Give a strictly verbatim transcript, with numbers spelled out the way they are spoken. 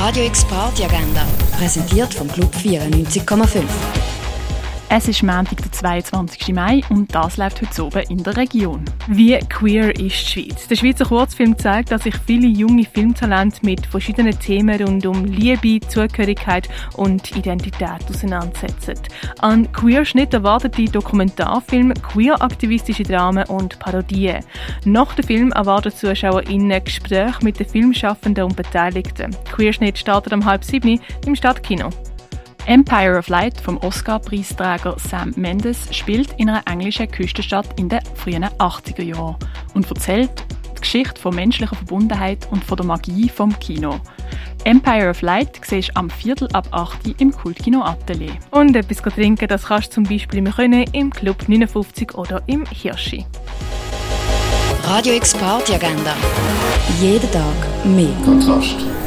Radio X Party Agenda, präsentiert vom Club vierundneunzig Komma fünf. Es ist Montag, der zweiundzwanzigsten Mai und das läuft heute oben in der Region. Wie queer ist die Schweiz? Der Schweizer Kurzfilm zeigt, dass sich viele junge Filmtalente mit verschiedenen Themen rund um Liebe, Zugehörigkeit und Identität auseinandersetzen. An Queerschnitt erwartet die Dokumentarfilm, queer-aktivistische Dramen und Parodien. Nach dem Film erwarten ZuschauerInnen Gespräche mit den Filmschaffenden und Beteiligten. Queerschnitt startet um halb sieben im Stadtkino. Empire of Light vom Oscar-Preisträger Sam Mendes spielt in einer englischen Küstenstadt in den frühen achtziger Jahren und erzählt die Geschichte von menschlicher Verbundenheit und von der Magie vom Kino. Empire of Light siehst du am Viertel ab acht im Kultkino Atelier. Und etwas trinken, das kannst du zum Beispiel im Können, im Club neunundfünfzig oder im Hirschi. Radio X Party Agenda. Jeden Tag mehr Kontrast.